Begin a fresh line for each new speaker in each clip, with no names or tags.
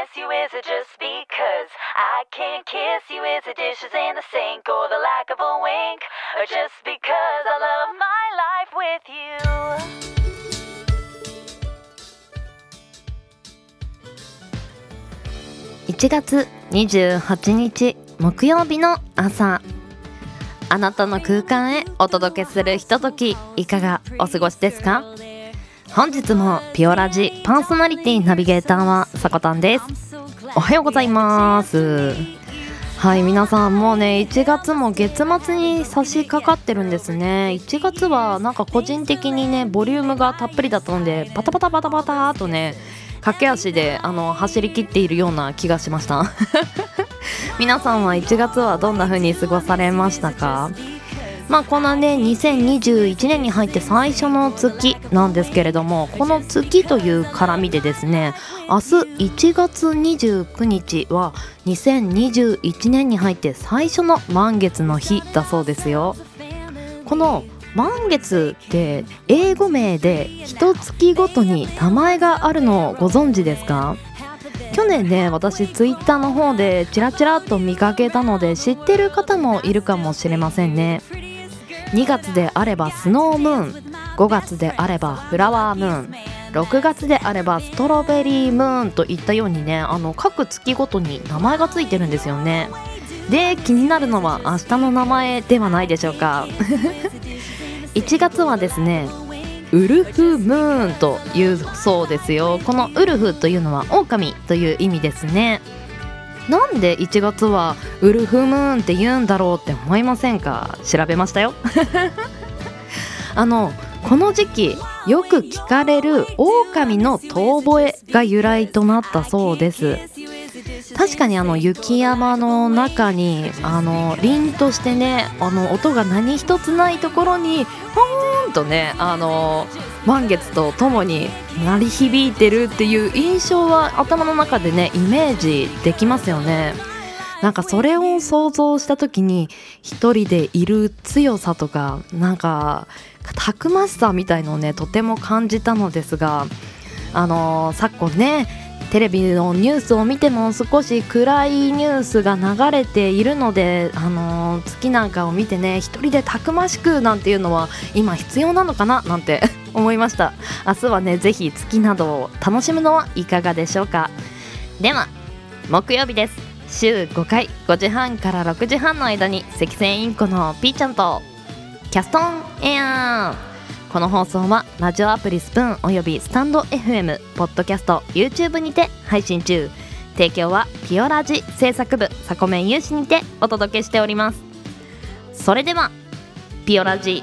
miss you? Is it just because I can't kiss you? Is it dishes in the sink or the lack of a wink? Or just because I love my life with you?
1月28日木曜日の朝、あなたの空間へお届けするひととき、いかがお過ごしですか？本日もピオラジパーソナリティナビゲーターはさこたんです。おはようございます。はい、皆さんもうね、1月も月末に差し掛かってるんですね。1月はなんか個人的にね、ボリュームがたっぷりだったので、バタバタバタバターとね、駆け足で走り切っているような気がしました皆さんは1月はどんな風に過ごされましたか？こんなね、2021年に入って最初の月なんですけれども、この月という絡みでですね、明日1月29日は2021年に入って最初の満月の日だそうですよ。この満月って英語名で一月ごとに名前があるのをご存知ですか？去年ね、私ツイッターの方でチラチラっと見かけたので知ってる方もいるかもしれませんね。2月であればスノームーン、5月であればフラワームーン、6月であればストロベリームーンといったようにね、各月ごとに名前がついてるんですよね。で、気になるのは明日の名前ではないでしょうか1月はですね、ウルフムーンというそうですよ。このウルフというのは狼という意味ですね。なんで1月はウルフムーンって言うんだろうって思いませんか？調べましたよこの時期よく聞かれる狼の遠吠えが由来となったそうです。確かに雪山の中に凛としてね、音が何一つないところにポーンとね、満月とともに鳴り響いてるっていう印象は頭の中でね、イメージできますよね。なんかそれを想像した時に一人でいる強さとか、なんかたくましさみたいのをね、とても感じたのですが、昨今ね、テレビのニュースを見ても少し暗いニュースが流れているので、月なんかを見てね、一人でたくましくなんていうのは今必要なのかななんて思いました。明日はね、ぜひ月などを楽しむのはいかがでしょうか。では木曜日です。週5回5時半から6時半の間に赤線インコのピーちゃんとキャストンエアー。この放送はラジオアプリスプーンおよびスタンド FM、ポッドキャスト、YouTube にて配信中。提供はピオラジ制作部サコメン有志にてお届けしております。それではピオラジ、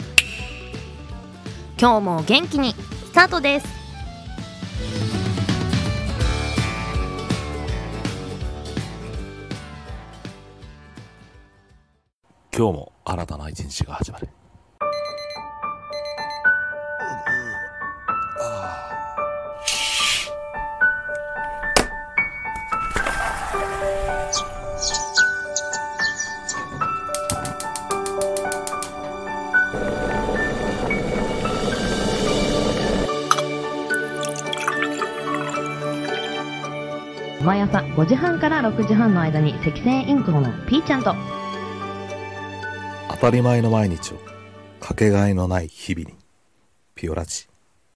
今日も元気にスタートです。
今日も新たな一日が始まる。
毎朝5時半から6時半の間に赤線インコのピーちゃんと
当たり前の毎日をかけがえのない日々に、ピオラジ。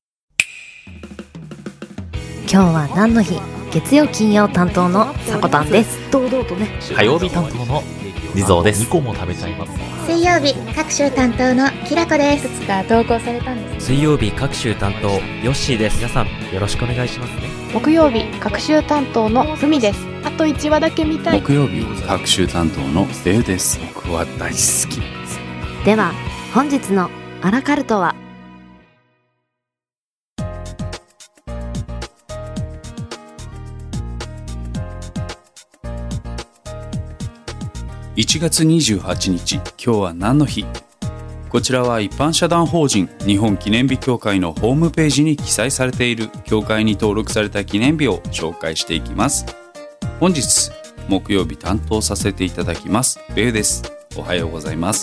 今日は何の日？月曜金曜担当のさこたんです。堂々とね。
火曜日担当のリゾーです。2個も食べちゃいます。
水曜日各週担当のきらこです。
いくつか投稿されたんです。
水曜日各週担当ヨッシーです。皆さんよろしくお願いしますね。
木曜日各週担当のふみです。あと1話だけ見たい。
木曜日各週担当のレウです。僕は大好きです。
では本日のアラカルトは、
1月28日、今日は何の日？こちらは一般社団法人日本記念日協会のホームページに記載されている協会に登録された記念日を紹介していきます。本日木曜日担当させていただきますレイです。おはようございます。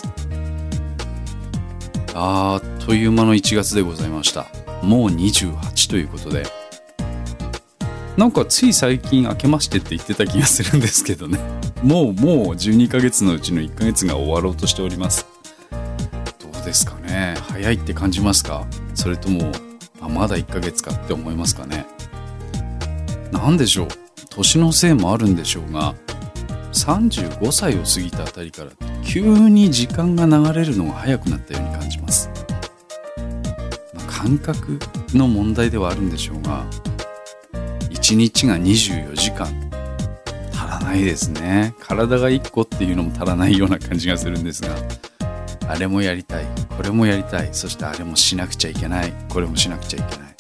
あっという間の1月でございました。もう28ということで、 なんかつい最近明けましてって言ってた気がするんですけどね。もう12ヶ月のうちの1ヶ月が終わろうとしております。どうですかね。早いって感じますか？それともまだ1ヶ月かって思いますかね。なんでしょう、年のせいもあるんでしょうが、35歳を過ぎたあたりから急に時間が流れるのが早くなったように感じます。感覚の問題ではあるんでしょうが、1日が24時間足らないですね。体が1個っていうのも足らないような感じがするんですが、あれもやりたい、これもやりたい、そしてあれもしなくちゃいけない、これもしなくちゃいけない。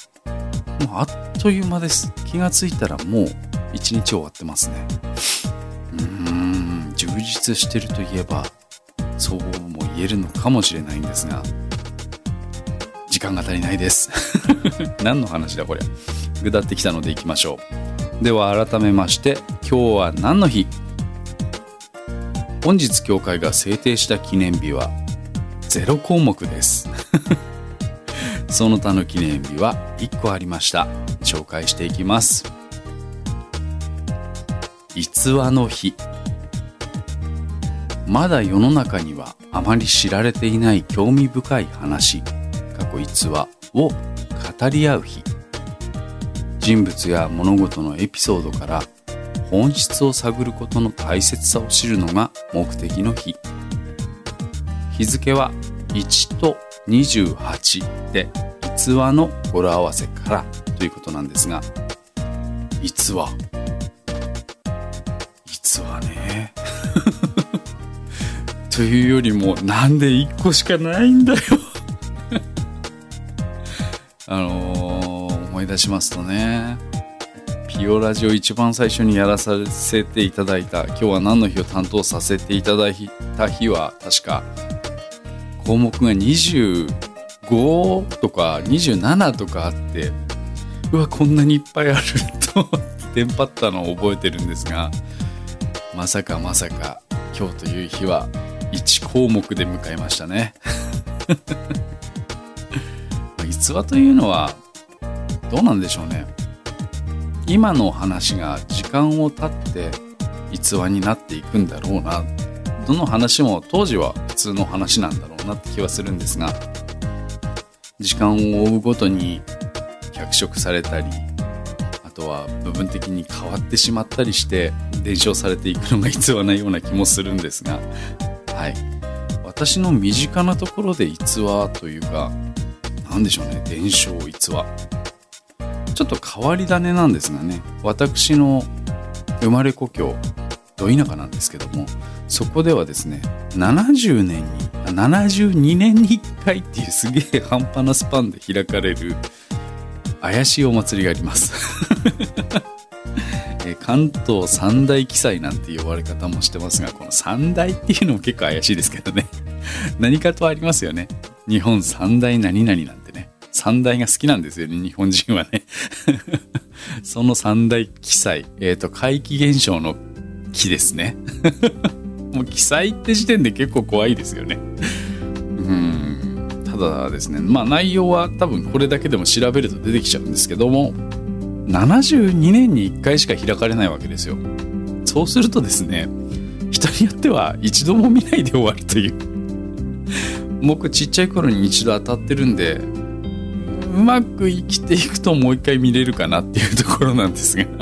もうあっという間です。気がついたらもう1日終わってますね。充実してるといえばそうも言えるのかもしれないんですが、時間が足りないです何の話だこれ。ぐだってきたのでいきましょう。では改めまして、今日は何の日？本日教会が制定した記念日は0項目ですその他の記念日は1個ありました。紹介していきます。逸話の日。まだ世の中にはあまり知られていない興味深い話、逸話を語り合う日。人物や物事のエピソードから本質を探ることの大切さを知るのが目的の日。日付は1と28で逸話の語呂合わせからということなんですが、逸話ねというよりも、なんで1個しかないんだよ思い出しますとね、ピオラジオ一番最初にやらさせていただいた今日は何の日を担当させていただいた日は、確か項目が25とか27とかあって、うわこんなにいっぱいあるとテンパったのを覚えてるんですが、まさか今日という日は1項目で迎えましたね逸話というのはどうなんでしょうね。今の話が時間を経って逸話になっていくんだろうな。どの話も当時は普通の話なんだろうなって気はするんですが、時間を追うごとに脚色されたり、あとは部分的に変わってしまったりして伝承されていくのが逸話なような気もするんですが、はい、私の身近なところで逸話というか、なんでしょうね、伝承逸話、ちょっと変わり種なんですがね、私の生まれ故郷ど田舎なんですけども、そこではですね、72年に1回っていうすげえ半端なスパンで開かれる怪しいお祭りがあります関東三大奇祭なんて呼ばれ方もしてますが、この三大っていうのも結構怪しいですけどね何かとありますよね。日本三大何々なんてね、三大が好きなんですよね、日本人はねその三大奇祭、怪奇現象の奇ですねもう奇祭って時点で結構怖いですよね。ただですね、内容は多分これだけでも調べると出てきちゃうんですけども、72年に1回しか開かれないわけですよ。そうするとですね、人によっては一度も見ないで終わるという僕ちっちゃい頃に一度当たってるんで、うまく生きていくともう一回見れるかなっていうところなんですが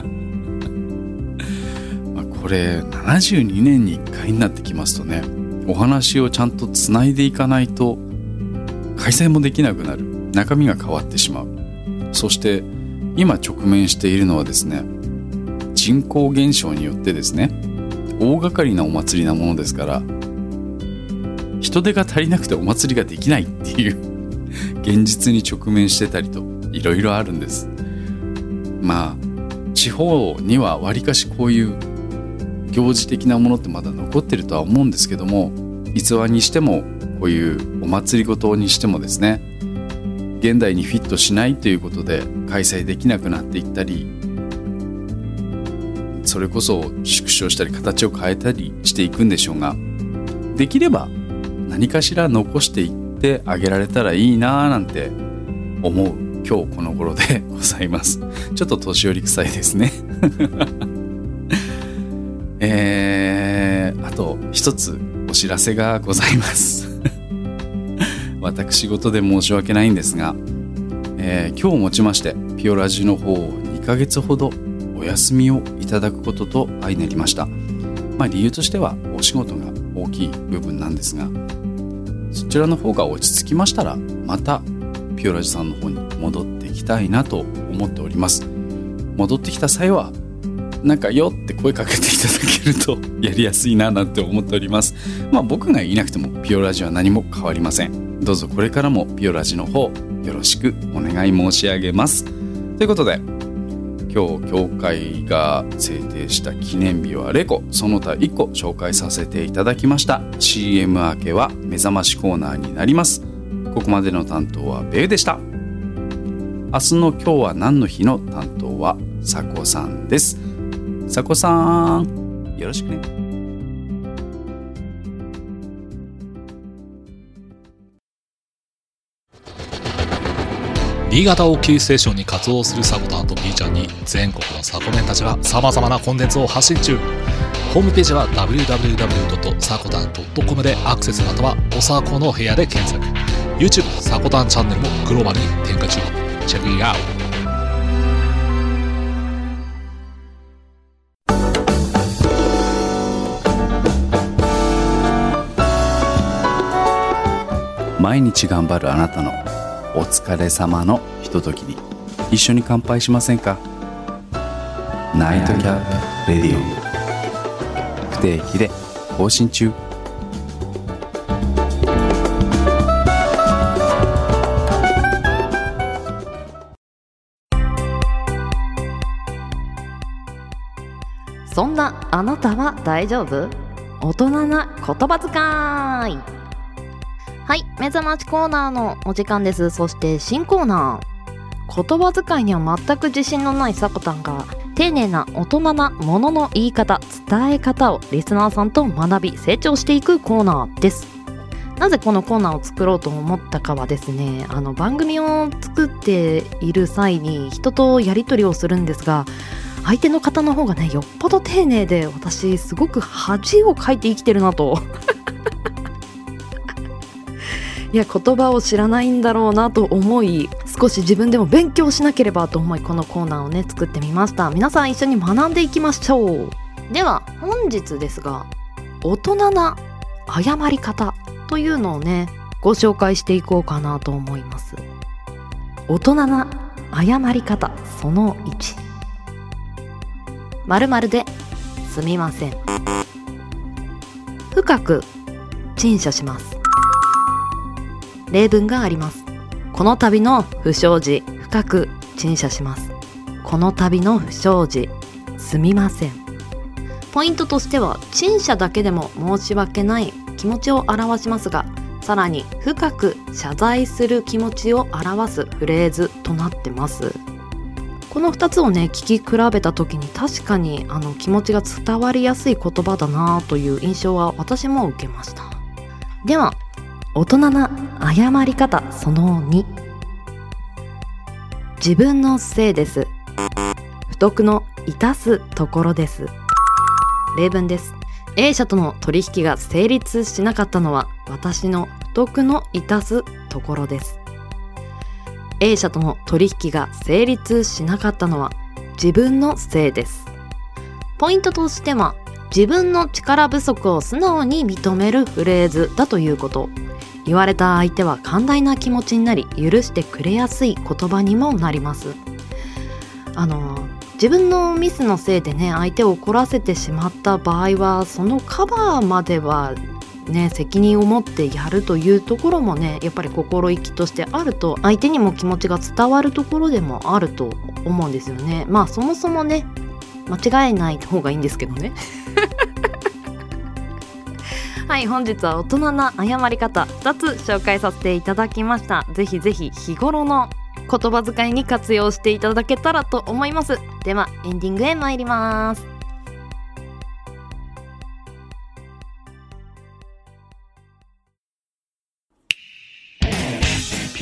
これ72年に1回になってきますとね、お話をちゃんとつないでいかないと開催もできなくなる。中身が変わってしまう。そして今直面しているのはですね、人口減少によってですね、大掛かりなお祭りなものですから、人手が足りなくてお祭りができないっていう現実に直面してたりといろいろあるんです。地方にはわりかしこういう行事的なものってまだ残ってるとは思うんですけども、逸話にしてもこういうお祭りごとにしてもですね、現代にフィットしないということで開催できなくなっていったり、それこそ縮小したり形を変えたりしていくんでしょうが、できれば何かしら残していってあげられたらいいななんて思う今日この頃でございます。ちょっと年寄り臭いですね。あと一つお知らせがございます。私事で申し訳ないんですが、今日をもちましてピオラジの方を2ヶ月ほどお休みをいただくことと相なりました。理由としてはお仕事が大きい部分なんですが、そちらの方が落ち着きましたらまたピオラジさんの方に戻ってきたいなと思っております。戻ってきた際はなんかよって声かけていただけるとやりやすいななんて思っております。僕がいなくてもピオラジは何も変わりません。どうぞこれからもピオラジの方よろしくお願い申し上げます。ということで今日協会が制定した記念日は0個、その他1個紹介させていただきました。 CM 明けは目覚ましコーナーになります。ここまでの担当はベウでした。明日の今日は何の日の担当はさこさんです。さこさんよろしくね。
新潟をキーステーションに活動するサコタンと B ちゃんに全国のサコメンたちは様々なコンテンツを発信中。ホームページは www.sakotan.com でアクセスまたはおさこの部屋で検索。 YouTube サコタンチャンネルもグローバルに展開中。チェックイットアウ
ト。毎日頑張るあなたのお疲れ様のひとときに一緒に乾杯しませんか。ナイトキャップレディオ不定期で更新中。
そんなあなたは大丈夫？大人な言葉遣い。はい、目覚ましコーナーのお時間です。そして新コーナー、言葉遣いには全く自信のないさこたんが丁寧な大人なものの言い方、伝え方をリスナーさんと学び成長していくコーナーです。なぜこのコーナーを作ろうと思ったかはですね、番組を作っている際に人とやり取りをするんですが、相手の方の方がねよっぽど丁寧で、私すごく恥をかいて生きてるなといや、言葉を知らないんだろうなと思い、少し自分でも勉強しなければと思い、このコーナーをね作ってみました。皆さん一緒に学んでいきましょう。では本日ですが、大人な謝り方というのをねご紹介していこうかなと思います。大人な謝り方その1、〇〇ですみません。深く陳謝します。例文があります。この度の不祥事深く陳謝します。この度の不祥事すみません。ポイントとしては、陳謝だけでも申し訳ない気持ちを表しますが、さらに深く謝罪する気持ちを表すフレーズとなってます。この2つをね聞き比べた時に、確かに気持ちが伝わりやすい言葉だなという印象は私も受けました。では大人な謝り方その2、自分のせいです。不徳の致すところです。例文です。 A 社との取引が成立しなかったのは私の不徳の致すところです。 A 社との取引が成立しなかったのは自分のせいです。ポイントとしては、自分の力不足を素直に認めるフレーズだということ。言われた相手は寛大な気持ちになり、許してくれやすい言葉にもなります。自分のミスのせいでね相手を怒らせてしまった場合は、そのカバーまではね責任を持ってやるというところもね、やっぱり心意気としてあると、相手にも気持ちが伝わるところでもあると思うんですよね。そもそもね間違えない方がいいんですけどねはい、本日は大人な謝り方2つ紹介させていただきました。ぜひぜひ日頃の言葉遣いに活用していただけたらと思います。ではエンディングへ参ります。
ピ